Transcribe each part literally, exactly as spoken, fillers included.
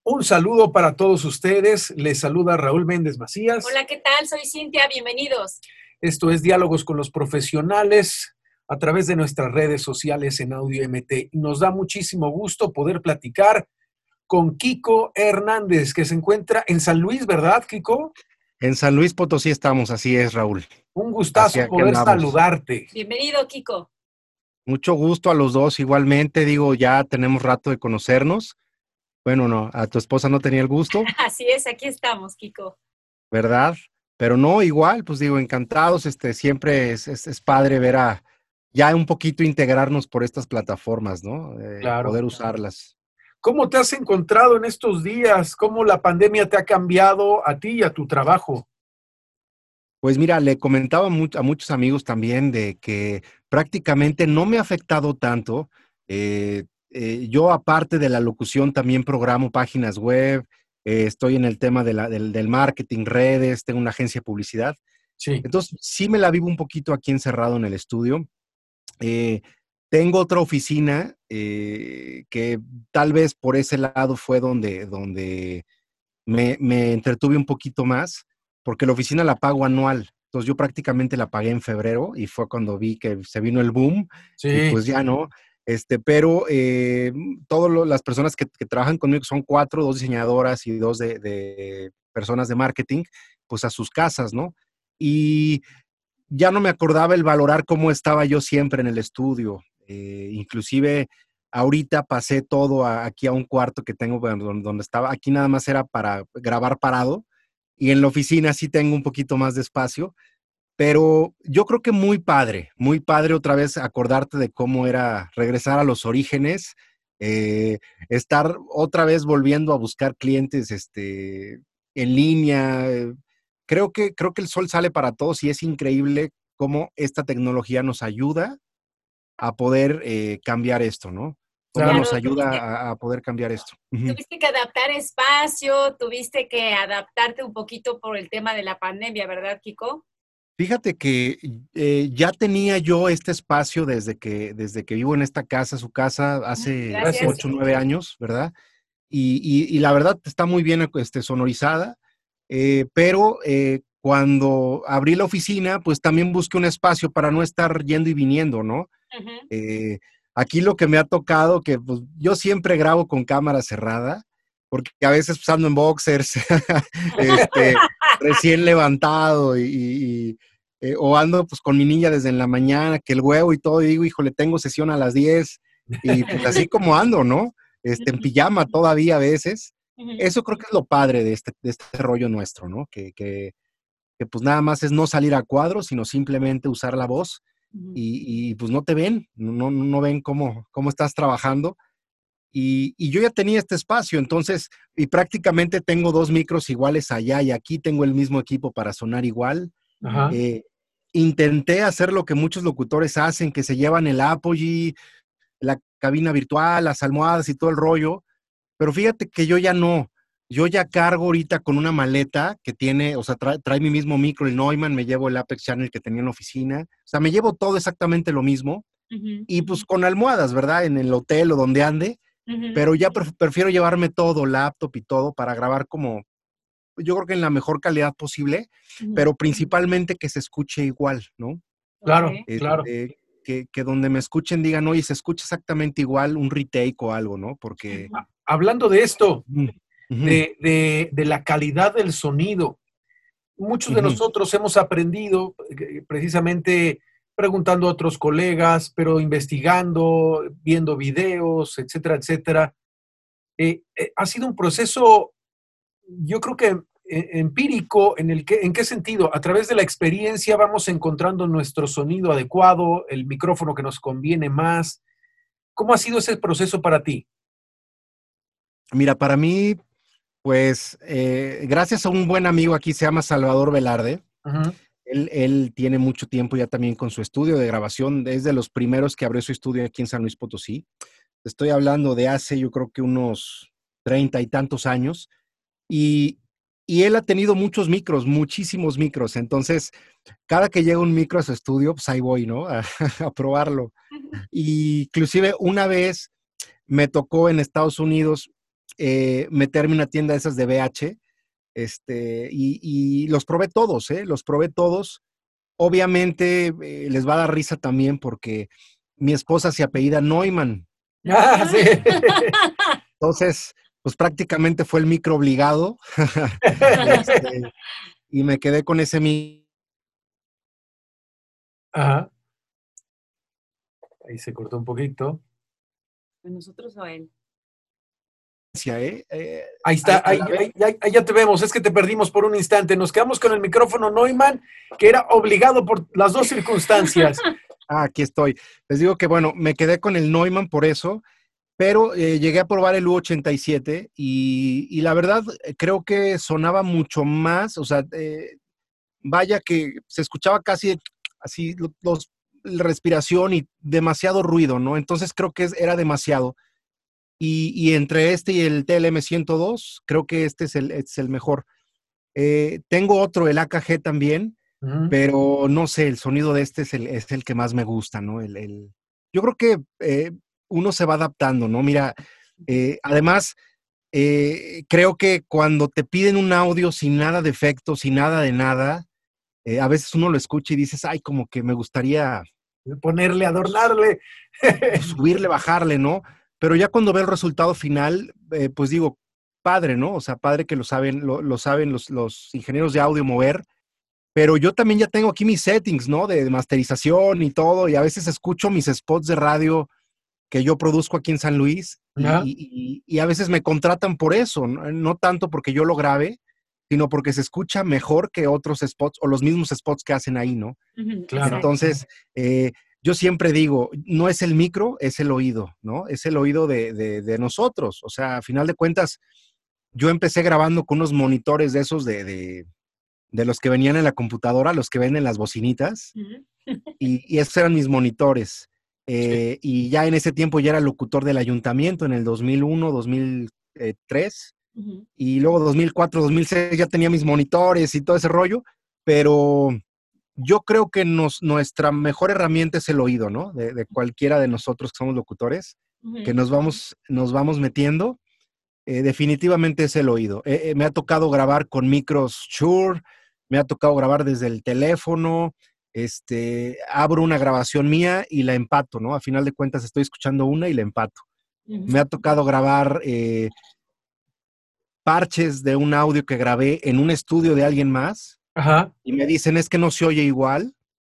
Un saludo para todos ustedes. Les saluda Raúl Méndez Macías. Hola, ¿qué tal? Soy Cintia. Bienvenidos. Esto es Diálogos con los Profesionales a través de nuestras redes sociales en Audio M T. Nos da muchísimo gusto poder platicar con Kiko Hernández, que se encuentra en San Luis, ¿verdad, Kiko? En San Luis Potosí estamos, así es, Raúl. Un gustazo Así que poder andamos. saludarte. Bienvenido, Kiko. Mucho gusto a los dos, igualmente, digo, ya tenemos rato de conocernos. Bueno, no, a tu esposa no tenía el gusto, Así es, aquí estamos, Kiko. ¿verdad? Pero no, igual, pues digo, encantados, este, siempre es, es, es padre ver a, ya un poquito integrarnos por estas plataformas, ¿no? Eh, Claro. Poder usarlas. ¿Cómo te has encontrado en estos días? ¿Cómo la pandemia te ha cambiado a ti y a tu trabajo? Pues mira, le comentaba mu- a muchos amigos también de que prácticamente no me ha afectado tanto. Eh, eh, yo, aparte de la locución, también programo páginas web, eh, estoy en el tema de la- del, del marketing, redes, tengo una agencia de publicidad. Sí, Entonces, sí me la vivo un poquito aquí encerrado en el estudio. Eh, Tengo otra oficina eh, que tal vez por ese lado fue donde, donde me, me entretuve un poquito más, porque la oficina la pago anual. Entonces yo prácticamente la pagué en febrero y fue cuando vi que se vino el boom y sí, pues ya no. Este, pero eh, todas las personas que, que trabajan conmigo son cuatro, dos diseñadoras y dos de, de personas de marketing, pues a sus casas, ¿no? Y ya no me acordaba el valorar cómo estaba yo siempre en el estudio. Eh, inclusive ahorita pasé todo a- aquí a un cuarto que tengo bueno, donde, donde estaba. Aquí nada más era para grabar parado y en la oficina sí tengo un poquito más de espacio, pero yo creo que muy padre, muy padre otra vez acordarte de cómo era regresar a los orígenes, eh, estar otra vez volviendo a buscar clientes este, en línea. eh, Creo que, creo que el sol sale para todos y es increíble cómo esta tecnología nos ayuda a poder eh, cambiar esto, ¿no? Cómo claro. nos Claro, tuviste, ayuda a, a poder cambiar esto. Ujú. tuviste que adaptar espacio, tuviste que adaptarte un poquito por el tema de la pandemia, ¿verdad, Kiko? Fíjate que eh, ya tenía yo este espacio desde que, desde que vivo en esta casa, su casa, Ujú, hace gracias. ocho, nueve años, ¿verdad? Y, y- y la verdad está muy bien este, sonorizada, eh, pero eh, cuando abrí la oficina, pues también busqué un espacio para no estar yendo y viniendo, ¿no? Ujú. Eh, Aquí lo que me ha tocado, que pues, yo siempre grabo con cámara cerrada, porque a veces pues, ando en boxers, este, recién levantado y, y- y, eh, o ando pues con mi niña desde en la mañana, que el huevo y todo, y digo, híjole, tengo sesión a las diez y pues así como ando, ¿no? Este, en pijama todavía a veces. Ujú. Eso creo que es lo padre de este, de este rollo nuestro, ¿no? Que, que, que pues nada más es no salir a cuadro, sino simplemente usar la voz Ujú. y, y, pues no te ven, no, no ven cómo, cómo estás trabajando. Y, y yo ya tenía este espacio, entonces, y prácticamente tengo dos micros iguales allá y aquí tengo el mismo equipo para sonar igual. Ajá. Eh, Intenté hacer lo que muchos locutores hacen, que se llevan el Apogee, la cabina virtual, las almohadas y todo el rollo, pero fíjate que yo ya no. Yo ya cargo ahorita con una maleta que tiene, o sea, trae, trae mi mismo micro, el Neumann, me llevo el Apex Channel que tenía en la oficina. O sea, me llevo todo exactamente lo mismo. Ujú. Y pues con almohadas, ¿verdad? En el hotel o donde ande. Ujú. Pero ya pref- prefiero llevarme todo, laptop y todo, para grabar como, yo creo que en la mejor calidad posible, Ujú. pero principalmente que se escuche igual, ¿no? Claro, Ok. claro. Este, que, que donde me escuchen digan, oye, se escucha exactamente igual un retake o algo, ¿no? Porque... Ujú. Hablando de esto, Ujú, ujú, de, de, de la calidad del sonido, muchos de ujú. nosotros hemos aprendido eh, precisamente preguntando a otros colegas, pero investigando, viendo videos, etcétera, etcétera. Eh, eh, ha sido un proceso, yo creo que eh, empírico, en el que, ¿en qué sentido? A través de la experiencia vamos encontrando nuestro sonido adecuado, el micrófono que nos conviene más. ¿Cómo ha sido ese proceso para ti? Mira, para mí, pues, eh, gracias a un buen amigo aquí, se llama Salvador Velarde. Ujú. Él, él tiene mucho tiempo ya también con su estudio de grabación, es de los primeros que abrió su estudio aquí en San Luis Potosí. Estoy hablando de hace, yo creo que unos treinta y tantos años. Y, y él ha tenido muchos micros, muchísimos micros. Entonces, cada que llega un micro a su estudio, pues ahí voy, ¿no? A, a probarlo. Y inclusive una vez me tocó en Estados Unidos, eh, meterme en una tienda de esas de B H, este, y, y los probé todos, ¿eh? Los probé todos. Obviamente eh, les va a dar risa también porque mi esposa se apellida Neumann. Ah, sí. Entonces, pues prácticamente fue el micro obligado. Este, y me quedé con ese micro. Ajá. Ahí se cortó un poquito. ¿Nosotros o él? ¿eh? Eh, Ahí está, a- a ahí, la vez- ahí- ahí- ahí ya te vemos, es que te perdimos por un instante. Nos quedamos con el micrófono Neumann, que era obligado por las dos circunstancias. Ah, aquí estoy. Les digo que, bueno, me quedé con el Neumann por eso, pero eh, llegué a probar el U ochenta y siete y, y la verdad eh, creo que sonaba mucho más, o sea, eh, vaya que se escuchaba casi así lo- los, la respiración y demasiado ruido, ¿no? Entonces creo que es- era demasiado. Y, y entre este y el T L M ciento dos, creo que este es el, es el mejor. Eh, tengo otro, el A K G también, Ujú. pero no sé, el sonido de este es el, es el que más me gusta, ¿no? El, el- yo creo que eh, uno se va adaptando, ¿no? Mira, eh, además, eh, creo que cuando te piden un audio sin nada de efectos, sin nada de nada, eh, a veces uno lo escucha y dices, ay, como que me gustaría Ponerle, adornarle. subirle, bajarle, ¿no? Pero ya cuando ve el resultado final, eh, pues digo, padre, ¿no? O sea, padre que lo saben, lo, lo saben los, los ingenieros de audio mover, pero yo también ya tengo aquí mis settings, ¿no? De, de masterización y todo, y a veces escucho mis spots de radio que yo produzco aquí en San Luis y, Ajá. y, y, y a veces me contratan por eso, ¿no? No tanto porque yo lo grabe, sino porque se escucha mejor que otros spots o los mismos spots que hacen ahí, ¿no? Ujú, Claro. exacto. Entonces, eh, yo siempre digo, no es el micro, es el oído, ¿no? Es el oído de, de, de nosotros. O sea, a final de cuentas, yo empecé grabando con unos monitores de esos de, de, de los que venían en la computadora, los que ven en las bocinitas, Ujú. y, y esos eran mis monitores. Sí. Eh, y ya en ese tiempo ya era locutor del ayuntamiento, en el dos mil uno, dos mil tres, Ujú. y luego dos mil cuatro, dos mil seis ya tenía mis monitores y todo ese rollo, pero yo creo que nos, nuestra mejor herramienta es el oído, ¿no? De, de cualquiera de nosotros que somos locutores, que Ujú. nos vamos, nos vamos metiendo, eh, definitivamente es el oído. Eh, eh, me ha tocado grabar con micros Shure, me ha tocado grabar desde el teléfono, este, abro una grabación mía y la empato, ¿no? A final de cuentas estoy escuchando una y la empato. Me ha Ujú. tocado grabar eh, parches de un audio que grabé en un estudio de alguien más Ajá. y me dicen, es que no se oye igual.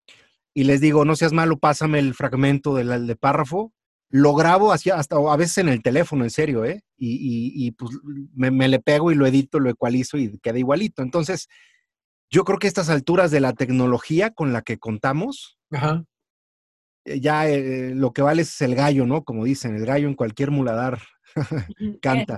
Y les digo, no seas malo, pásame el fragmento del de párrafo. Lo grabo hacia, hasta a veces en el teléfono, en serio, ¿eh? Y, y, y pues me, me, le pego y lo edito, lo ecualizo y queda igualito. Entonces, yo creo que a estas alturas de la tecnología con la que contamos, Ajá. eh, ya eh, lo que vale es el gallo, ¿no? Como dicen, el gallo en cualquier muladar Ujú. canta,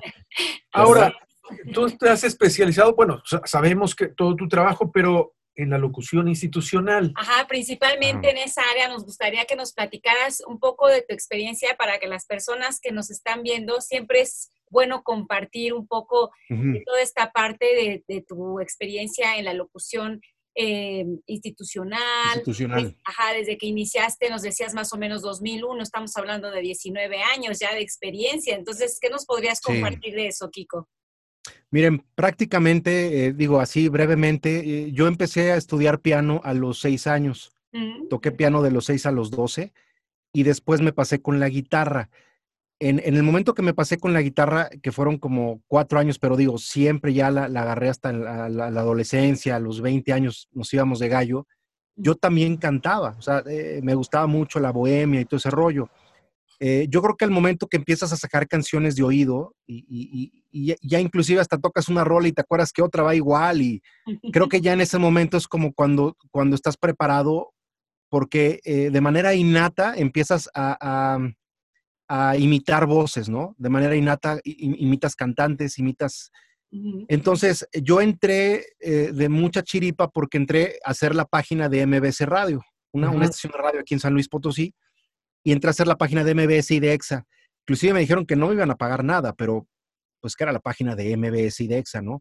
Así ¿verdad? Ahora, es. tú te has especializado, bueno, sa- sabemos que todo tu trabajo, pero en la locución institucional. Ajá, principalmente Ajá. en esa área nos gustaría que nos platicaras un poco de tu experiencia para que las personas que nos están viendo, siempre es bueno compartir un poco de Uh-huh. toda esta parte de, de tu experiencia en la locución eh, institucional. Institucional. Es- ajá, desde que iniciaste, nos decías más o menos dos mil uno, estamos hablando de diecinueve años ya de experiencia. Entonces, ¿qué nos podrías Sí. compartir de eso, Kiko? Miren, prácticamente, eh, digo así brevemente, eh, yo empecé a estudiar piano a los seis años. Mm. Toqué piano de los seis a los doce y después me pasé con la guitarra. En, en el momento que me pasé con la guitarra, que fueron como cuatro años, pero digo, siempre ya la, la agarré hasta la, la, la adolescencia, a los veinte años nos íbamos de gallo, yo también cantaba, o sea, eh, me gustaba mucho la bohemia y todo ese rollo. Eh, yo creo que al momento que empiezas a sacar canciones de oído y, y, y, y ya inclusive hasta tocas una rola y te acuerdas que otra va igual y creo que ya en ese momento es como cuando, cuando estás preparado porque eh, de manera innata empiezas a, a, a, imitar voces, ¿no? De manera innata imitas cantantes, imitas... Entonces yo entré eh, de mucha chiripa porque entré a hacer la página de M B C Radio, una, una Ujú. estación de radio aquí en San Luis Potosí, y entré a hacer la página de M B S y de EXA. Inclusive me dijeron que no me iban a pagar nada, pero pues que era la página de M B S y de EXA, ¿no?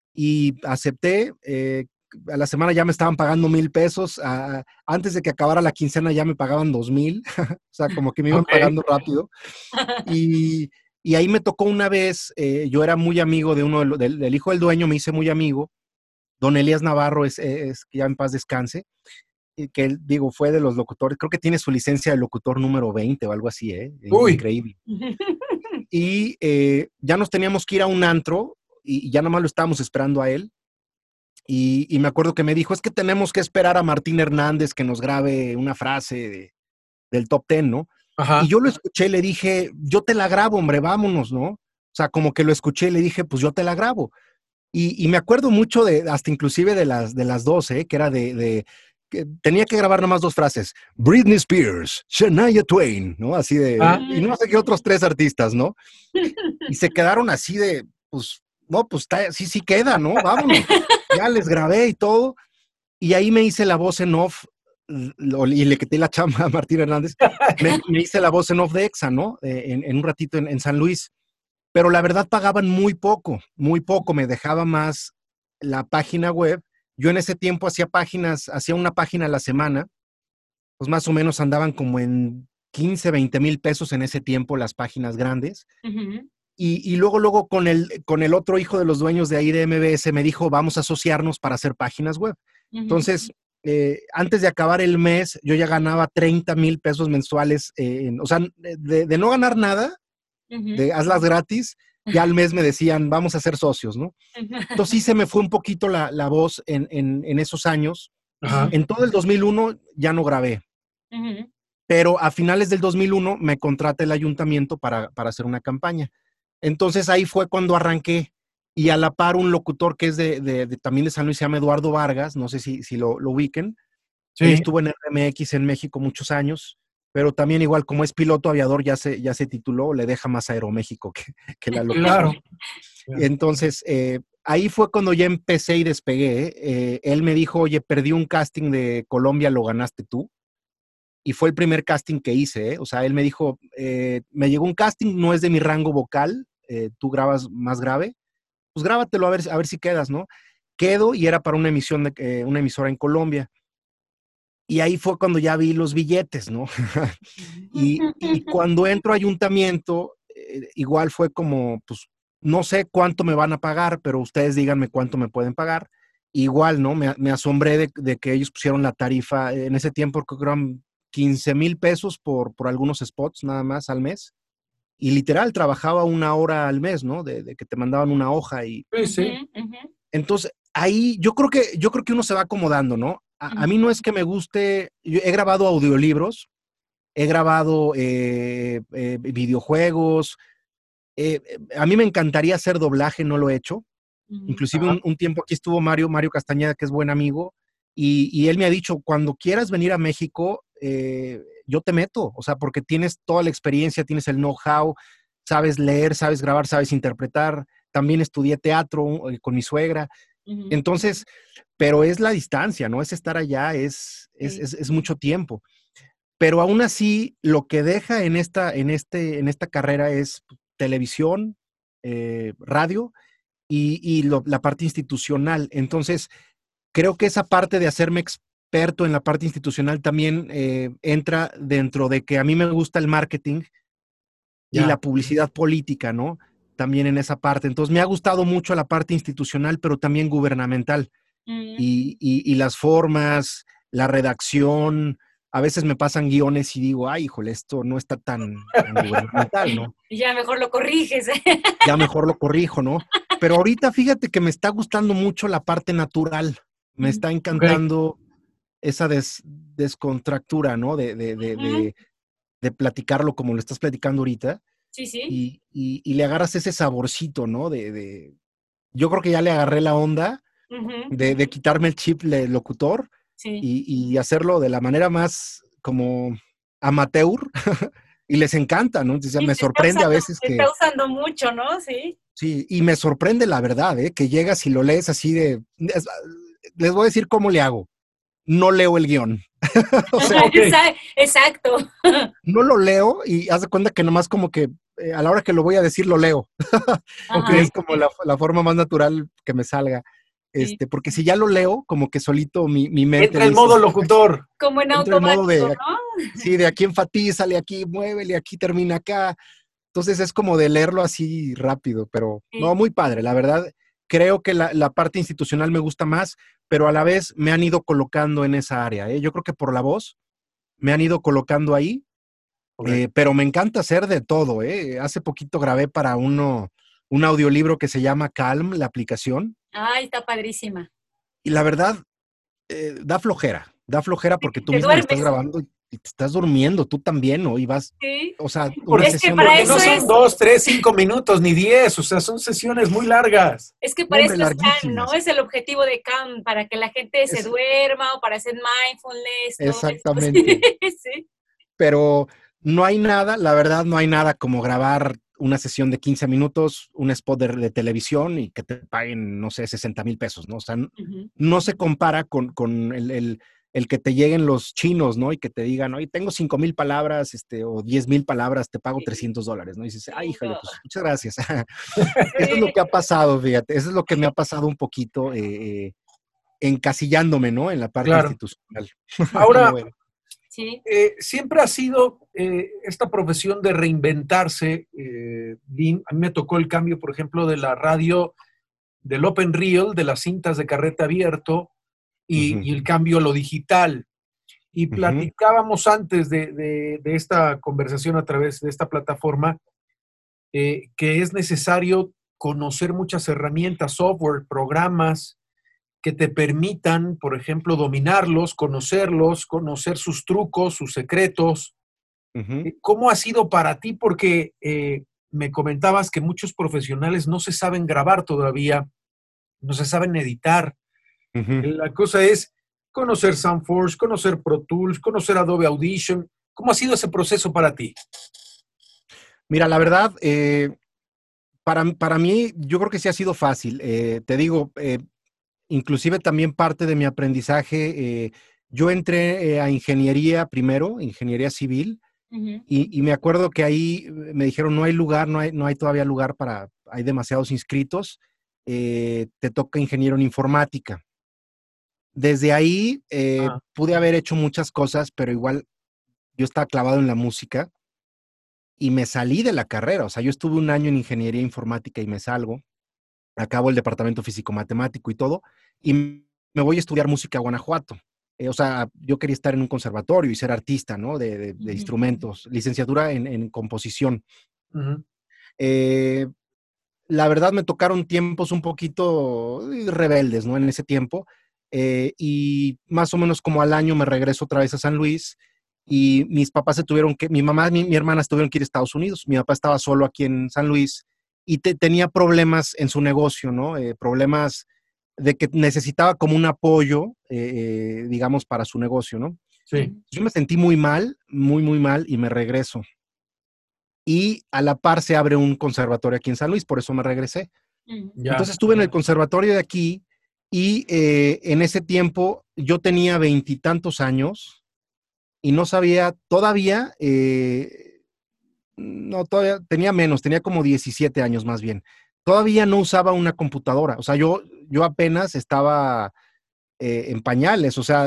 Y acepté, eh, a la semana ya me estaban pagando mil pesos, a, antes de que acabara la quincena ya me pagaban dos mil, o sea, como que me iban Ok. pagando rápido. Y, Y ahí me tocó una vez, eh, yo era muy amigo de uno, de, del, del hijo del dueño, me hice muy amigo, don Elías Navarro, es, es que ya en paz descanse, y que él, digo, fue de los locutores, creo que tiene su licencia de locutor número veinte o algo así, ¿eh? Uy. Increíble. Y eh, ya nos teníamos que ir a un antro, y, y ya nada más lo estábamos esperando a él, y, y me acuerdo que me dijo, es que tenemos que esperar a Martín Hernández que nos grabe una frase de, del top ten, ¿no? Ajá. Y yo lo escuché y le dije, yo te la grabo, hombre, vámonos, ¿no? O sea, como que lo escuché y le dije, pues yo te la grabo. Y, y me acuerdo mucho de, hasta inclusive de las, de las dos, ¿eh? Que era de, de que tenía que grabar nomás dos frases. Britney Spears, Shania Twain, ¿no? Así de, Ah. y no sé qué otros tres artistas, ¿no? Y se quedaron así de, pues, no, pues está, sí, sí queda, ¿no? Vámonos. Ya les grabé y todo. Y ahí me hice la voz en off, y le quité la chamba a Martín Hernández, me, me hice la voz en off de Exa, ¿no? Eh, en, en un ratito en, en San Luis. Pero la verdad pagaban muy poco, muy poco, me dejaba más la página web. Yo en ese tiempo hacía páginas, hacía una página a la semana, pues más o menos andaban como en quince, veinte mil pesos en ese tiempo las páginas grandes. Uh-huh. Y, y luego, luego con el, con el otro hijo de los dueños de ahí de M B S me dijo, vamos a asociarnos para hacer páginas web. Uh-huh. Entonces, eh, antes de acabar el mes, yo ya ganaba treinta mil pesos mensuales, eh, en, o sea, de, de no ganar nada, uh-huh. de hazlas gratis, ya al mes me decían, vamos a ser socios, ¿no? Uh-huh. Entonces sí se me fue un poquito la, la voz en, en, en esos años. Uh-huh. En todo el dos mil uno ya no grabé. Uh-huh. Pero a finales del dos mil uno me contrata el ayuntamiento para, para hacer una campaña. Entonces ahí fue cuando arranqué, y a la par un locutor que es de, de, de también de San Luis, se llama Eduardo Vargas, no sé si, si lo, lo ubiquen. Sí. Él estuvo en R M X en México muchos años, pero también igual como es piloto aviador ya se, ya se tituló, le deja más Aeroméxico que, que la locución. Claro. Entonces eh, ahí fue cuando ya empecé y despegué. Eh, él me dijo, oye, perdí un casting de Colombia, lo ganaste tú. Y fue el primer casting que hice, ¿eh? O sea, él me dijo, eh, me llegó un casting, no es de mi rango vocal, eh, tú grabas más grave, pues grábatelo a ver, a ver si quedas, ¿no? Quedo, y era para una emisión, de, eh, una emisora en Colombia. Y ahí fue cuando ya vi los billetes, ¿no? y, y cuando entro a ayuntamiento, eh, igual fue como, pues, no sé cuánto me van a pagar, pero ustedes díganme cuánto me pueden pagar. Igual, ¿no? Me, me asombré de, de que ellos pusieron la tarifa, en ese tiempo creo que eran quince mil pesos por, por algunos spots nada más al mes. Y literal, trabajaba una hora al mes, ¿no? De, de que te mandaban una hoja y... Sí, sí. Entonces, ahí yo creo que, yo creo que uno se va acomodando, ¿no? A, a mí no es que me guste... Yo he grabado audiolibros, he grabado eh, eh, videojuegos. Eh, a mí me encantaría hacer doblaje, no lo he hecho. Uh-huh. Inclusive un, un tiempo aquí estuvo Mario, Mario Castañeda, que es buen amigo, y, y él me ha dicho, cuando quieras venir a México, eh, yo te meto, o sea, porque tienes toda la experiencia, tienes el know-how, sabes leer, sabes grabar, sabes interpretar. También estudié teatro eh, con mi suegra. Uh-huh. Entonces, pero es la distancia, ¿no? Es estar allá, es, sí. es, es, es mucho tiempo. Pero aún así, lo que deja en esta, en este, en esta carrera es televisión, eh, radio y, y lo, la parte institucional. Entonces, creo que esa parte de hacerme experto en la parte institucional también eh, entra dentro de que a mí me gusta el marketing y yeah. la publicidad política, ¿no? También en esa parte. Entonces, me ha gustado mucho la parte institucional, pero también gubernamental. Mm. Y, y, y las formas, la redacción. A veces me pasan guiones y digo, ay, híjole, esto no está tan, tan gubernamental, ¿no? Y ya mejor lo corriges. Ya mejor lo corrijo, ¿no? Pero ahorita fíjate que me está gustando mucho la parte natural. Me está encantando okay. esa des, descontractura, ¿no? De, de, de, uh-huh. de, de platicarlo como lo estás platicando ahorita. Sí, sí. Y, y, y le agarras ese saborcito, ¿no? De, de, yo creo que ya le agarré la onda uh-huh. de, de quitarme el chip de locutor. Sí. Y, y hacerlo de la manera más como amateur y les encanta, ¿no? Entonces, sí, me sorprende usando, a veces se que... está usando mucho, ¿no? Sí. Sí, y me sorprende la verdad, ¿eh? Que llegas y lo lees así de... Es, les voy a decir cómo le hago. No leo el guión. O sea, okay. Exacto. No lo leo y haz de cuenta que nomás como que eh, a la hora que lo voy a decir lo leo. Okay. Es como la, la forma más natural que me salga. Este, porque si ya lo leo, como que solito mi, mi mente... Entra en dice, modo locutor. Como en automático, de, ¿no? Sí, de aquí enfatízale, aquí muévele, aquí termina acá. Entonces es como de leerlo así rápido, pero Sí. no, muy padre, la verdad. Creo que la, la parte institucional me gusta más, pero a la vez me han ido colocando en esa área, ¿eh? Yo creo que por la voz me han ido colocando ahí, Ok. eh, pero me encanta hacer de todo, ¿eh? Hace poquito grabé para uno un audiolibro que se llama Calm, la aplicación, Ay, está padrísima. y la verdad, eh, da flojera, da flojera porque tú Te mismo lo estás duermes. grabando y y te estás durmiendo, tú también, ¿no? Y vas, Sí. o sea, una Porque, Es que sesión de para porque eso no quince son es, minutos. dos, tres, cinco minutos, ni diez, o sea, son sesiones muy largas. es que No, para hombre, eso es Calm, ¿no? larguísimas. Es el objetivo de Calm, para que la gente se Es, duerma o para hacer mindfulness, todo esto. exactamente. Sí. Pero no hay nada, la verdad, no hay nada como grabar una sesión de quince minutos, un spot de, de televisión y que te paguen, no sé, sesenta mil pesos, ¿no? O sea, n- Ujú. no se compara con, con el, el- el que te lleguen los chinos, ¿no? Y que te digan, oye, tengo cinco mil palabras, este, o diez mil palabras, te pago Sí, trescientos dólares, ¿no? Y dices, sí, ay, híjole, no. pues muchas gracias. Eso es lo Sí. que ha pasado, fíjate, eso es lo que me ha pasado un poquito, eh, eh, encasillándome, ¿no? En la parte Claro. institucional. ¿Cómo Ahora, ven? Sí. eh, siempre ha sido eh, esta profesión de reinventarse. Eh, Lynn. A mí me tocó el cambio, por ejemplo, de la radio, del open reel, de las cintas de carrete abierto, y, Ujú, y el cambio a lo digital. Y ujú, platicábamos antes de, de- de esta conversación a través de esta plataforma, eh, que es necesario conocer muchas herramientas, software, programas que te permitan, por ejemplo, dominarlos, conocerlos, conocer sus trucos, sus secretos. ujú, Eh, ¿Cómo ha sido para ti? Porque eh, me comentabas que muchos profesionales no se saben grabar todavía, no se saben editar. ujú. La cosa es conocer SoundForge, conocer Pro Tools, conocer Adobe Audition. ¿Cómo ha sido ese proceso para ti? Mira, la verdad, eh, para, para mí, yo creo que sí ha sido fácil. Eh, te digo, eh, inclusive también parte de mi aprendizaje, eh, yo entré eh, a ingeniería primero, ingeniería civil, Ujú. y, y me acuerdo que ahí eh, me dijeron, no hay lugar, no hay, no hay todavía lugar para, hay demasiados inscritos, eh, te toca ingeniero en informática. Desde ahí eh, Ah, pude haber hecho muchas cosas, pero igual yo estaba clavado en la música y me salí de la carrera. O sea, yo estuve un año en ingeniería informática y me salgo, acabo el departamento físico-matemático y todo, y me voy a estudiar música a Guanajuato. Eh, o sea, yo quería estar en un conservatorio y ser artista, ¿no? De, de- de Ujú. instrumentos, licenciatura en, en composición. ujú, Eh, la verdad me tocaron tiempos un poquito eh, rebeldes, ¿no? En ese tiempo. Eh, y más o menos como al año me regreso otra vez a San Luis y mis papás se tuvieron que, mi mamá y mi, mi hermana se tuvieron que ir a Estados Unidos. Mi papá estaba solo aquí en San Luis y te, tenía problemas en su negocio, ¿no? Eh, problemas de que necesitaba como un apoyo, eh, eh, digamos, para su negocio, ¿no? sí. Yo me sentí muy mal, muy, muy mal y me regreso. Y a la par se abre un conservatorio aquí en San Luis, por eso me regresé. Ujú. Ya. Entonces estuve en el conservatorio de aquí y eh, en ese tiempo yo tenía veintitantos años y no sabía todavía, eh, no, todavía tenía menos, tenía como diecisiete años más bien. Todavía no usaba una computadora, o sea, yo, yo apenas estaba eh, en pañales, o sea,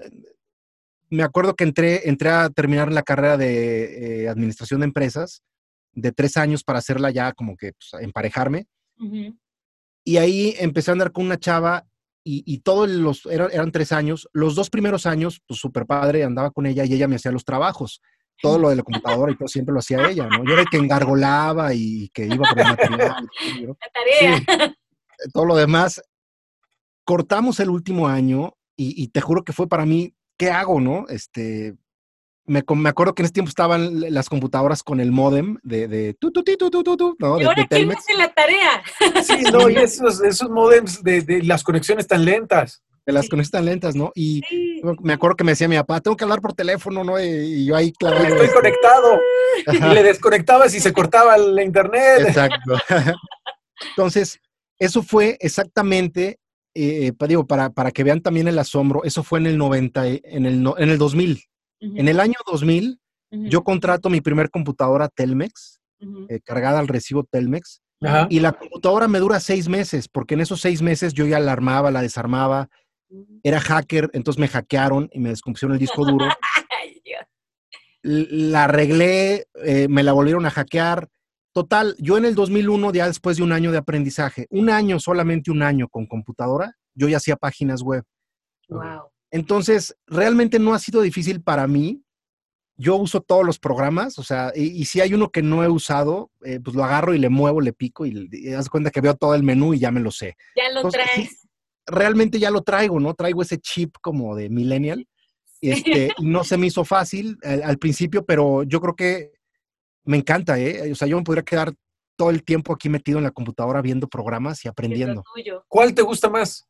me acuerdo que entré, entré a terminar la carrera de eh, administración de empresas de tres años para hacerla ya como que pues, emparejarme. Ujú. Y ahí empecé a andar con una chava y, y todos los, eran, eran tres años. Los dos primeros años, pues súper padre, andaba con ella y ella me hacía los trabajos. Todo lo de la computadora y todo siempre lo hacía ella, ¿no? Yo era el que engargolaba y que iba por el material, ¿no? La Sí. tarea. Todo lo demás. Cortamos el último año y, y te juro que fue para mí, ¿qué hago, no? Este, me, me acuerdo que en ese tiempo estaban las computadoras con el módem de, de tu, tu, ti, tu, tu, tu, tu, ¿no? ¿Y De, de ahora quién me Telmex. hace la tarea? Sí, no, y Sí, esos, esos modems de, de las conexiones tan lentas. de las Sí, conexiones tan lentas, ¿no? Y sí. me acuerdo que me decía mi papá, tengo que hablar por teléfono, ¿no? Y, y yo ahí Porque clavado, estoy este. conectado. Y le Ajá, desconectabas y se cortaba la internet. exacto. Entonces, eso fue exactamente, eh, pa- digo, para, para que vean también el asombro, eso fue en el noventa, y- en el, no- en el dos mil. En Ujú, el año dos mil, yo ujú, contrato mi primer computadora Telmex, ujú. eh, cargada al recibo Telmex, Ajá. y la computadora me dura seis meses, porque en esos seis meses yo ya la armaba, la desarmaba, Ujú. era hacker, entonces me hackearon y me descompusieron el disco duro. Ay, Dios. L- La arreglé, eh, me la volvieron a hackear, Total, yo en el dos mil uno, ya después de un año de aprendizaje, un año, solamente un año con computadora, yo ya hacía páginas web. Wow. Entonces, realmente no ha sido difícil para mí. Yo uso todos los programas, o sea, y, y si hay uno que no he usado, eh, pues lo agarro y le muevo, le pico y, y das cuenta que veo todo el menú y ya me lo sé. Ya lo Entonces, traes. sí, realmente ya lo traigo, ¿no? Traigo ese chip como de millennial. Este, y no se me hizo fácil al, al principio, pero yo creo que me encanta, ¿eh? O sea, yo me podría quedar todo el tiempo aquí metido en la computadora viendo programas y Es lo aprendiendo. tuyo. ¿Cuál te gusta más?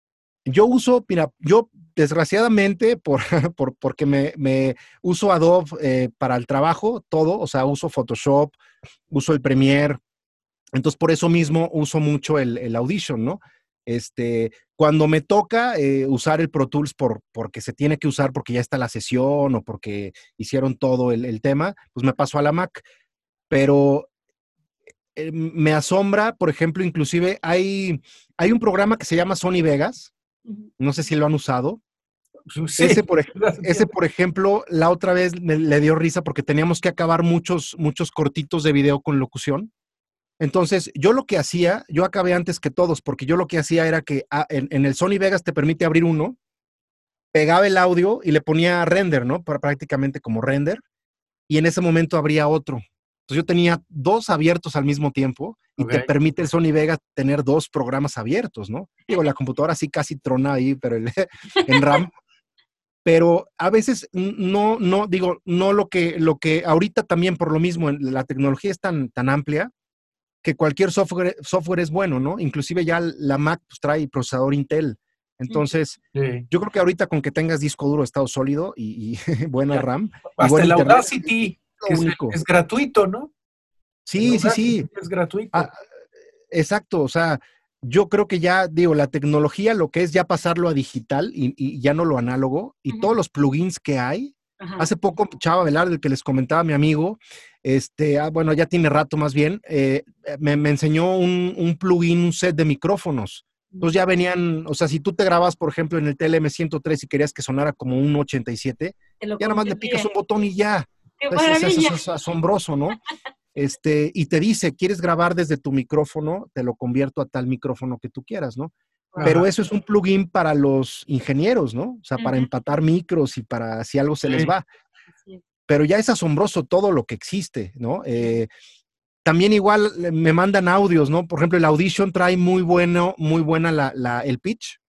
Yo uso, mira, yo desgraciadamente, por, por, porque me, me uso Adobe eh, para el trabajo, todo, o sea, uso Photoshop, uso el Premiere, entonces por eso mismo uso mucho el, el Audition, ¿no? Este, cuando me toca eh, usar el Pro Tools por, porque se tiene que usar porque ya está la sesión o porque hicieron todo el, el tema, pues me paso a la Mac, pero eh, me asombra, por ejemplo, inclusive hay, hay un programa que se llama Sony Vegas, no sé si lo han usado. Sí, Ese, por, ej- gracias. ese, por ejemplo, la otra vez me, le dio risa porque teníamos que acabar muchos, muchos cortitos de video con locución. Entonces, yo lo que hacía, yo acabé antes que todos, porque yo lo que hacía era que ah, en, en el Sony Vegas te permite abrir uno, pegaba el audio y le ponía render, ¿no? Para, prácticamente como render, y en ese momento abría otro. Entonces yo tenía dos abiertos al mismo tiempo y Ok. te permite el Sony Vegas tener dos programas abiertos, ¿no? Digo, la computadora sí casi trona ahí, pero el, en RAM. Pero a veces no, no, digo, no lo que, lo que ahorita también por lo mismo, la tecnología es tan, tan amplia que cualquier software, software es bueno, ¿no? Inclusive ya la Mac pues, trae procesador Intel. Entonces, Sí. yo creo que ahorita con que tengas disco duro, estado sólido y, y buena Ya. RAM y Hasta buen el internet, Audacity, es que lo es, único. es gratuito, ¿no? El Sí, sí, Audacity sí. es gratuito. Ah, exacto, o sea, yo creo que ya, digo, la tecnología, lo que es ya pasarlo a digital y, y ya no lo análogo, y Ujú. todos los plugins que hay. Ajá. Hace poco, Chava Velarde, el que les comentaba mi amigo, este, ah, bueno, ya tiene rato más bien, eh, me, me enseñó un, un plugin, un set de micrófonos. Entonces ya venían, o sea, si tú te grabas, por ejemplo, en el T L M ciento tres y querías que sonara como un ochenta y siete, Te lo ya nada más le picas convertía. un botón y ya. ¡Qué Es, es- es- maravilla! es asombroso, ¿no? Este, y te dice, ¿quieres grabar desde tu micrófono? Te lo convierto a tal micrófono que tú quieras, ¿no? Pero Ajá. eso es un plugin para los ingenieros, ¿no? O sea, para Ujú. empatar micros y para si algo se les Sí. va. Así es. Pero ya es asombroso todo lo que existe, ¿no? Eh, también igual eh, me mandan audios, ¿no? Por ejemplo, el Audition trae muy bueno, muy buena la, la- el pitch,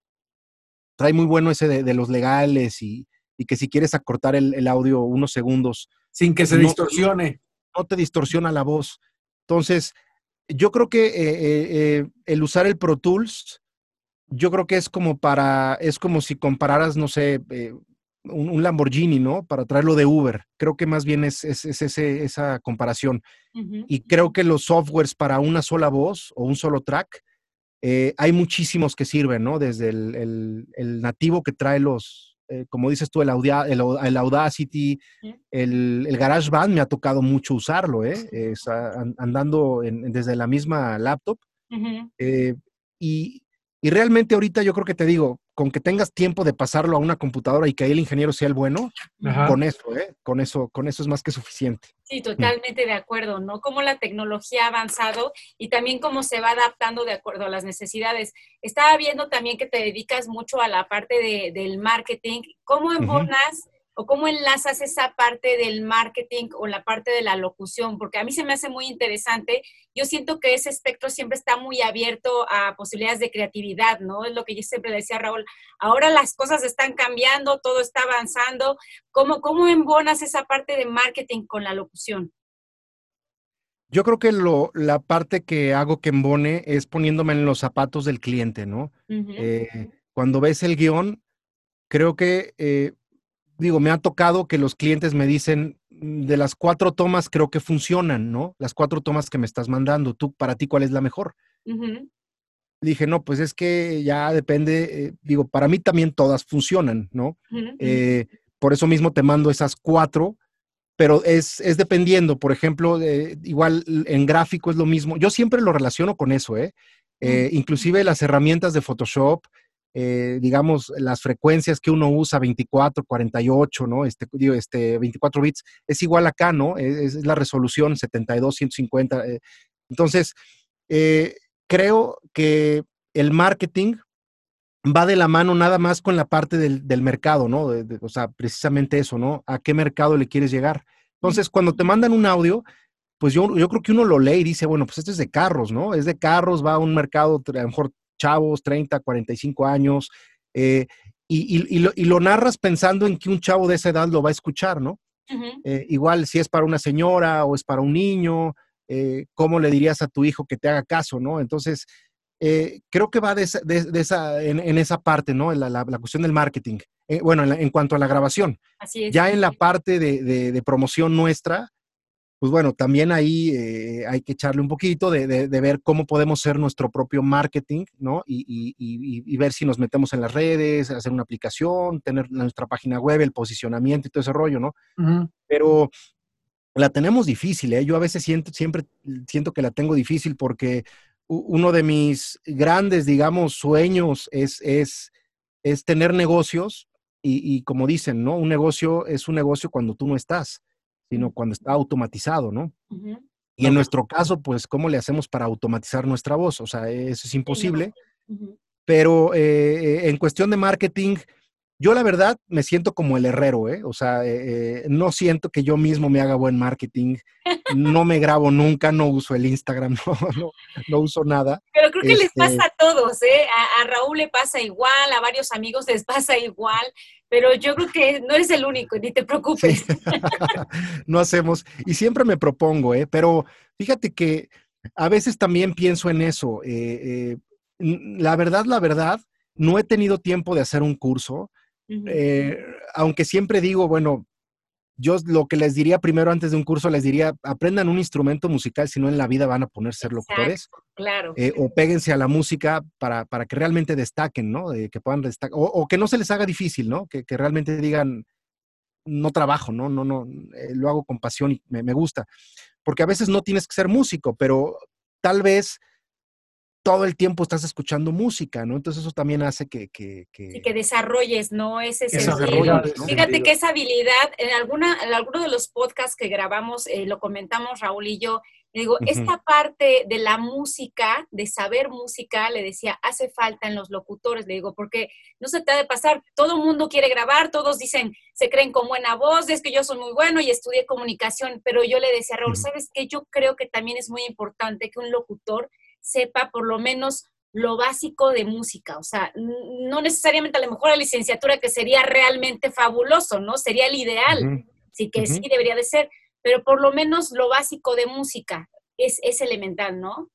trae muy bueno ese de, de los legales y, y que si quieres acortar el, el audio unos segundos, Sin que se no, distorsione. no te distorsiona la voz. Entonces, yo creo que eh, eh, eh, el usar el Pro Tools, yo creo que es como para, es como si compararas, no sé, eh, un, un Lamborghini, ¿no? Para traerlo de Uber. Creo que más bien es, es, es ese, esa comparación. Ujú. Y creo que los softwares para una sola voz o un solo track, eh, hay muchísimos que sirven, ¿no? Desde el, el, el nativo que trae los, eh, como dices tú, el, Audia, el, el Audacity, Ujú. el, el GarageBand me ha tocado mucho usarlo, ¿eh? Es, a, andando en, desde la misma laptop. Ujú. Eh, y, y realmente ahorita yo creo que te digo, con que tengas tiempo de pasarlo a una computadora y que ahí el ingeniero sea el bueno, Ajá. con eso, ¿eh? Con eso, con eso es más que suficiente. Sí, totalmente de acuerdo, ¿no? Cómo la tecnología ha avanzado y también cómo se va adaptando de acuerdo a las necesidades. Estaba viendo también que te dedicas mucho a la parte de, del marketing. ¿Cómo Ujú. embonas o cómo enlazas esa parte del marketing o la parte de la locución? Porque a mí se me hace muy interesante. Yo siento que ese espectro siempre está muy abierto a posibilidades de creatividad, ¿no? Es lo que yo siempre decía a Raúl. Ahora las cosas están cambiando, todo está avanzando. ¿Cómo, cómo embonas esa parte de marketing con la locución? Yo creo que lo, la parte que hago que embone es poniéndome en los zapatos del cliente, ¿no? Ujú. Eh, cuando ves el guión, creo que, eh, digo, me ha tocado que los clientes me dicen, "Mm, de las cuatro tomas creo que funcionan, ¿no? Las cuatro tomas que me estás mandando, tú, para ti, ¿cuál es la mejor?" Ujú. Dije, no, pues es que ya depende, eh, digo, para mí también todas funcionan, ¿no? Ujú. Eh, por eso mismo te mando esas cuatro, pero es, es dependiendo, por ejemplo, eh, igual en gráfico es lo mismo. Yo siempre lo relaciono con eso, ¿eh? Eh, Ujú. inclusive las herramientas de Photoshop, eh, digamos, las frecuencias que uno usa, veinticuatro, cuarenta y ocho, ¿no? Este, digo, este, veinticuatro bits, es igual acá, ¿no? Es, es la resolución setenta y dos, ciento cincuenta. Eh. Entonces, eh, creo que el marketing va de la mano nada más con la parte del, del mercado, ¿no? De, de, o sea, precisamente eso, ¿no? ¿A qué mercado le quieres llegar? Entonces, cuando te mandan un audio, pues yo, yo creo que uno lo lee y dice, bueno, pues este es de carros, ¿no? Es de carros, va a un mercado, a lo mejor chavos, treinta, cuarenta y cinco años, eh, y, y, y, lo, y lo narras pensando en que un chavo de esa edad lo va a escuchar, ¿no? Uh-huh. Eh, igual si es para una señora o es para un niño, eh, ¿cómo le dirías a tu hijo que te haga caso, ¿no? Entonces, eh, creo que va de esa, de, de esa, en, en esa parte, ¿no? La, la, la cuestión del marketing. Eh, bueno, en, la, en cuanto a la grabación. Así es. Ya en la parte de, de, de promoción nuestra, pues bueno, también ahí eh, hay que echarle un poquito de, de, de ver cómo podemos hacer nuestro propio marketing, ¿no? Y, y, y, y ver si nos metemos en las redes, hacer una aplicación, tener nuestra página web, el posicionamiento y todo ese rollo, ¿no? Uh-huh. Pero la tenemos difícil, ¿eh? Yo a veces siento, siempre siento que la tengo difícil porque uno de mis grandes, digamos, sueños es, es, es tener negocios y, y como dicen, ¿no? Un negocio es un negocio cuando tú no estás, sino cuando está automatizado, ¿no? Uh-huh. Y en nuestro caso, pues, ¿cómo le hacemos para automatizar nuestra voz? O sea, eso es imposible. Uh-huh. Pero eh, en cuestión de marketing, yo la verdad me siento como el herrero, ¿eh? O sea, eh, no siento que yo mismo me haga buen marketing, no me grabo nunca, no uso el Instagram, no, no, no uso nada. Pero creo que este... les pasa a todos, ¿eh? A, a Raúl le pasa igual, a varios amigos les pasa igual, pero yo creo que no eres el único, ni te preocupes. Sí. No hacemos, y siempre me propongo, ¿eh? Pero fíjate que a veces también pienso en eso. Eh, eh, la verdad, la verdad, no he tenido tiempo de hacer un curso. Uh-huh. Eh, aunque siempre digo, bueno, yo lo que les diría primero antes de un curso, les diría, aprendan un instrumento musical, si no en la vida van a poner ser locutores. Exacto, claro. Eh, o péguense a la música para, para que realmente destaquen, ¿no? Eh, que puedan destacar, o, o que no se les haga difícil, ¿no? Que, que realmente digan, no trabajo, ¿no? No, no, eh, lo hago con pasión y me, me gusta. Porque a veces no tienes que ser músico, pero tal vez todo el tiempo estás escuchando música, ¿no? Entonces eso también hace que... que, que... Sí, que desarrolles, ¿no? Ese sentido. ¿no? Fíjate que esa habilidad, en, alguna, en alguno de los podcasts que grabamos, eh, lo comentamos Raúl y yo, le digo, uh-huh. esta parte de la música, de saber música, le decía, hace falta en los locutores, le digo, porque no se te ha de pasar, todo el mundo quiere grabar, todos dicen, se creen con buena voz, es que yo soy muy bueno y estudié comunicación, pero yo le decía a Raúl, uh-huh. ¿sabes qué? Yo creo que también es muy importante que un locutor sepa por lo menos lo básico de música, o sea, no necesariamente a lo mejor la licenciatura que sería realmente fabuloso, ¿no? Sería el ideal, uh-huh. sí que uh-huh. sí debería de ser, pero por lo menos lo básico de música es, es elemental, ¿no?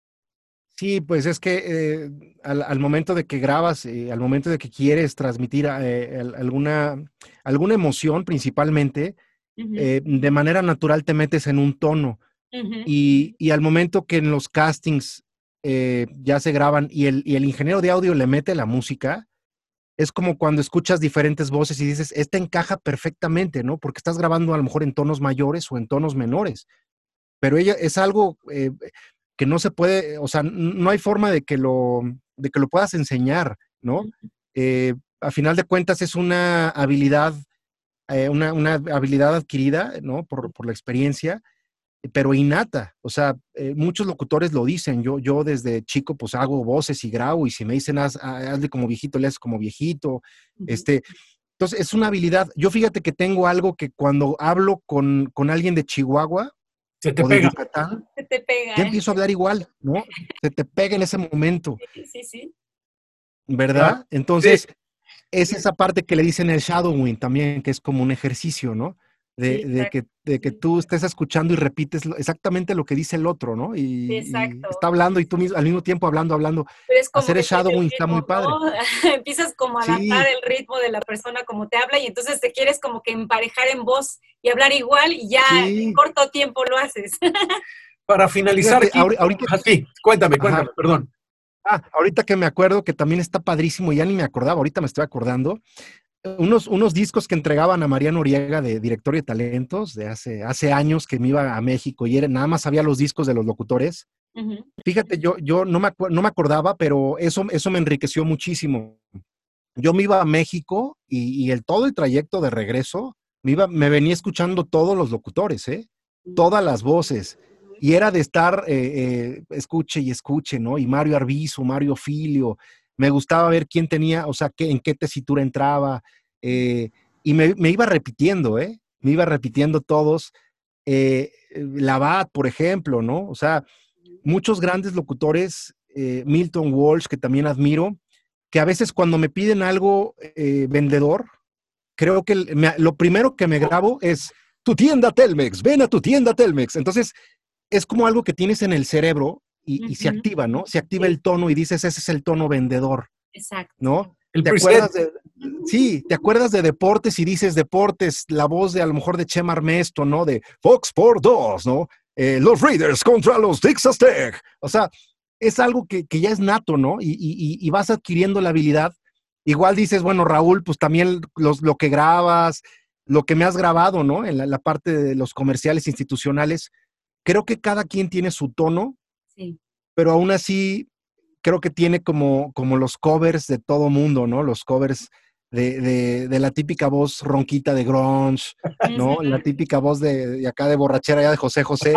Sí, pues es que eh, al, al momento de que grabas, eh, al momento de que quieres transmitir eh, alguna, alguna emoción principalmente, uh-huh. eh, de manera natural te metes en un tono. Uh-huh. Y, y al momento que en los castings eh, ya se graban y el, y el ingeniero de audio le mete la música, es como cuando escuchas diferentes voces y dices, esta encaja perfectamente, ¿no? Porque estás grabando a lo mejor en tonos mayores o en tonos menores. Pero ella es algo eh, que no se puede, o sea, no hay forma de que lo, de que lo puedas enseñar, ¿no? Uh-huh. Eh, a final de cuentas es una habilidad, eh, una, una habilidad adquirida, ¿no? Por, por la experiencia, pero innata. O sea, eh, muchos locutores lo dicen. Yo, yo desde chico pues hago voces y grabo y si me dicen haz, hazle como viejito, le haces como viejito. Uh-huh. Este, entonces es una habilidad. Yo fíjate que tengo algo que cuando hablo con, con alguien de Chihuahua se te o de pega. Yucatán, se te pega. Ya empiezo a hablar igual, ¿no? Se te pega en ese momento. Sí, sí, sí. ¿Verdad? Ah, Entonces, sí. es esa parte que le dicen el shadowing también, que es como un ejercicio, ¿no? De, sí, de, que, de que tú estés escuchando y repites lo, exactamente lo que dice el otro, ¿no? Y, sí, exacto. y está hablando y tú mismo, al mismo tiempo hablando, hablando. Pero es como hacer el shadowing ritmo, está muy padre. ¿no? Empiezas como a adaptar sí. el ritmo de la persona como te habla y entonces te quieres como que emparejar en voz y hablar igual y ya sí. en corto tiempo lo haces. Para finalizar, Fíjate, ahorita, ahorita, ah, sí, cuéntame, cuéntame, Ajá. perdón. Ah, ahorita que me acuerdo que también está padrísimo, ya ni me acordaba, ahorita me estoy acordando. Unos, unos discos que entregaban a María Noriega de Directorio de Talentos de hace, hace años que me iba a México y era, nada más había los discos de los locutores Uh-huh. Fíjate, yo, yo no, me no me acordaba, pero eso, eso me enriqueció muchísimo. Yo me iba a México y, y el, todo el trayecto de regreso, me, iba, me venía escuchando todos los locutores, ¿eh? Todas las voces. Y era de estar, eh, eh, escuche y escuche, ¿no? Y Mario Arbizu, Mario Filio. Me gustaba ver quién tenía, o sea, qué, en qué tesitura entraba. Eh, y me, me iba repitiendo, ¿eh? Me iba repitiendo todos. Eh, Labat, por ejemplo, ¿no? O sea, muchos grandes locutores, eh, Milton Walsh, que también admiro, que a veces cuando me piden algo eh, vendedor, creo que el, me, lo primero que me grabo es tu tienda Telmex, ven a tu tienda Telmex. Entonces, es como algo que tienes en el cerebro y, uh-huh. y se activa, ¿no? Se activa sí. el tono y dices, ese es el tono vendedor. Exacto. ¿No? El ¿Te acuerdas de, sí, te acuerdas de deportes y dices deportes, la voz de a lo mejor de Chema Armesto, ¿no? De Fox Sports dos, ¿no? Eh, los Raiders contra los Texas Tech. O sea, es algo que, que ya es nato, ¿no? Y, y, y vas adquiriendo la habilidad. Igual dices, bueno, Raúl, pues también los, lo que grabas, lo que me has grabado, ¿no? En la, la parte de los comerciales institucionales. Creo que cada quien tiene su tono, sí. pero aún así creo que tiene como, como los covers de todo mundo, ¿no? Los covers de, de, de la típica voz ronquita de grunge, ¿no? La típica voz de, de acá de borrachera ya de José José.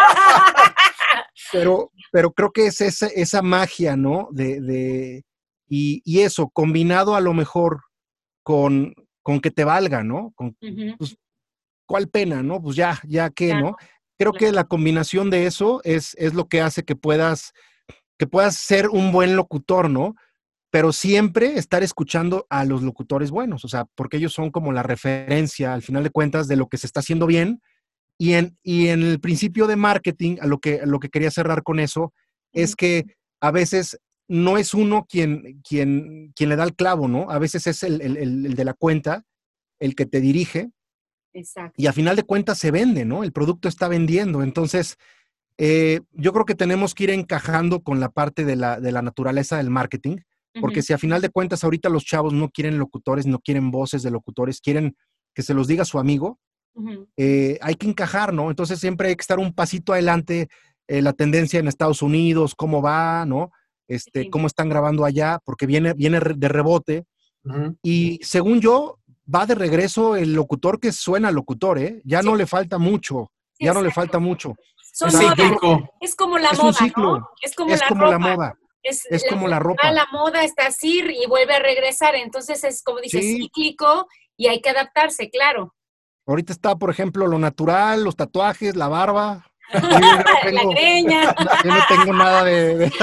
pero, pero creo que es esa, esa magia, ¿no? De, de, y, y eso, combinado a lo mejor con, con que te valga, ¿no? Con, uh-huh. pues, ¿cuál pena, no? Pues ya, ya que, claro, ¿no? Creo claro. que la combinación de eso es, es lo que hace que puedas, que puedas ser un buen locutor, ¿no? Pero siempre estar escuchando a los locutores buenos, o sea, porque ellos son como la referencia, al final de cuentas, de lo que se está haciendo bien. Y en, y en el principio de marketing, a lo que, a lo que quería cerrar con eso, es que a veces no es uno quien, quien, quien le da el clavo, ¿no? A veces es el, el, el de la cuenta, el que te dirige. Exacto. Y a final de cuentas se vende, ¿no? El producto está vendiendo. Entonces, eh, yo creo que tenemos que ir encajando con la parte de la, de la naturaleza del marketing, porque uh-huh. si a final de cuentas ahorita los chavos no quieren locutores, no quieren voces de locutores, quieren que se los diga su amigo, uh-huh. eh, hay que encajar, ¿no? Entonces siempre hay que estar un pasito adelante, eh, la tendencia en Estados Unidos, cómo va, ¿no? Este, sí. Cómo están grabando allá, porque viene, viene de rebote. Uh-huh. Y según yo, va de regreso el locutor que suena locutor, ¿eh? Ya sí. no le falta mucho, sí, ya no le falta mucho. Son o sea, es como la es moda, un ciclo, ¿no? Es como es la como ropa. la moda. Es, es la, como la ropa. La moda está así y vuelve a regresar, entonces es como dices, sí. cíclico y hay que adaptarse, claro. Ahorita está, por ejemplo, lo natural, los tatuajes, la barba. Yo no tengo, la greña. Yo no tengo nada de, de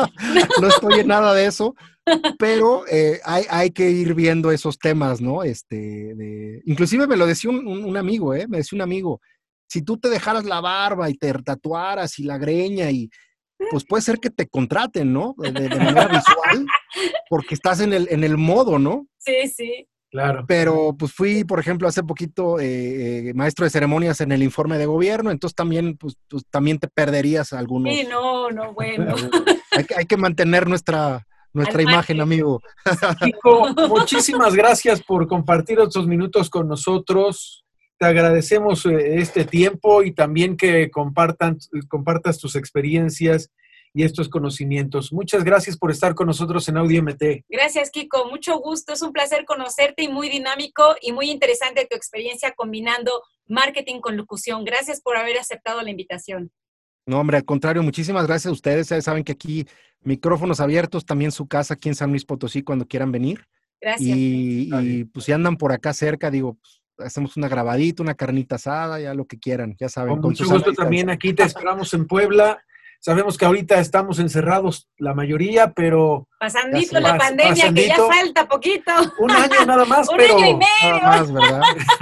no estoy en nada de eso, pero eh, hay, hay que ir viendo esos temas, ¿no? Este, de, inclusive me lo decía un, un, un amigo, ¿eh? Me decía un amigo, si tú te dejaras la barba y te tatuaras y la greña y pues puede ser que te contraten, ¿no? De, de manera visual, porque estás en el, en el modo, ¿no? Sí, sí. Claro. Pero pues fui, por ejemplo, hace poquito eh, eh, maestro de ceremonias en el informe de gobierno, entonces también, pues, pues también te perderías algunos. Sí, no, no, bueno. hay, que, hay que mantener nuestra, nuestra imagen, amigo. Kiko, muchísimas gracias por compartir estos minutos con nosotros. Te agradecemos este tiempo y también que compartan, compartas tus experiencias y estos conocimientos. Muchas gracias por estar con nosotros en Audio M T. Gracias, Kiko. Mucho gusto. Es un placer conocerte y muy dinámico y muy interesante tu experiencia combinando marketing con locución. Gracias por haber aceptado la invitación. No, hombre, al contrario, muchísimas gracias a ustedes. Ya saben que aquí micrófonos abiertos, también su casa aquí en San Luis Potosí cuando quieran venir. Gracias. Y, y pues si andan por acá cerca, digo, pues, hacemos una grabadita, una carnita asada, ya lo que quieran, ya saben. Con, con mucho gusto también aquí te esperamos en Puebla. Sabemos que ahorita estamos encerrados la mayoría, pero... Pasandito la pas, pandemia, pasandito, que ya falta poquito. Un año nada más, un pero... Un año y medio. Nada más, ¿verdad?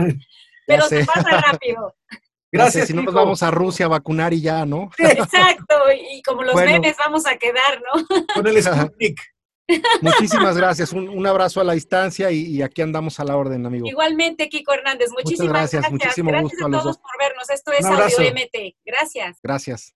Pero se pasa rápido. Gracias, si no nos vamos a Rusia a vacunar y ya, ¿no? Sí, exacto, y como los bueno, memes vamos a quedar, ¿no? Con el Sputnik. Muchísimas gracias, un, un abrazo a la distancia y, y aquí andamos a la orden, amigo. Igualmente, Kiko Hernández, muchísimas Muchas gracias. gracias. Muchísimo Gracias gusto a todos a los dos por vernos. Esto es Audio M T. Gracias. Gracias.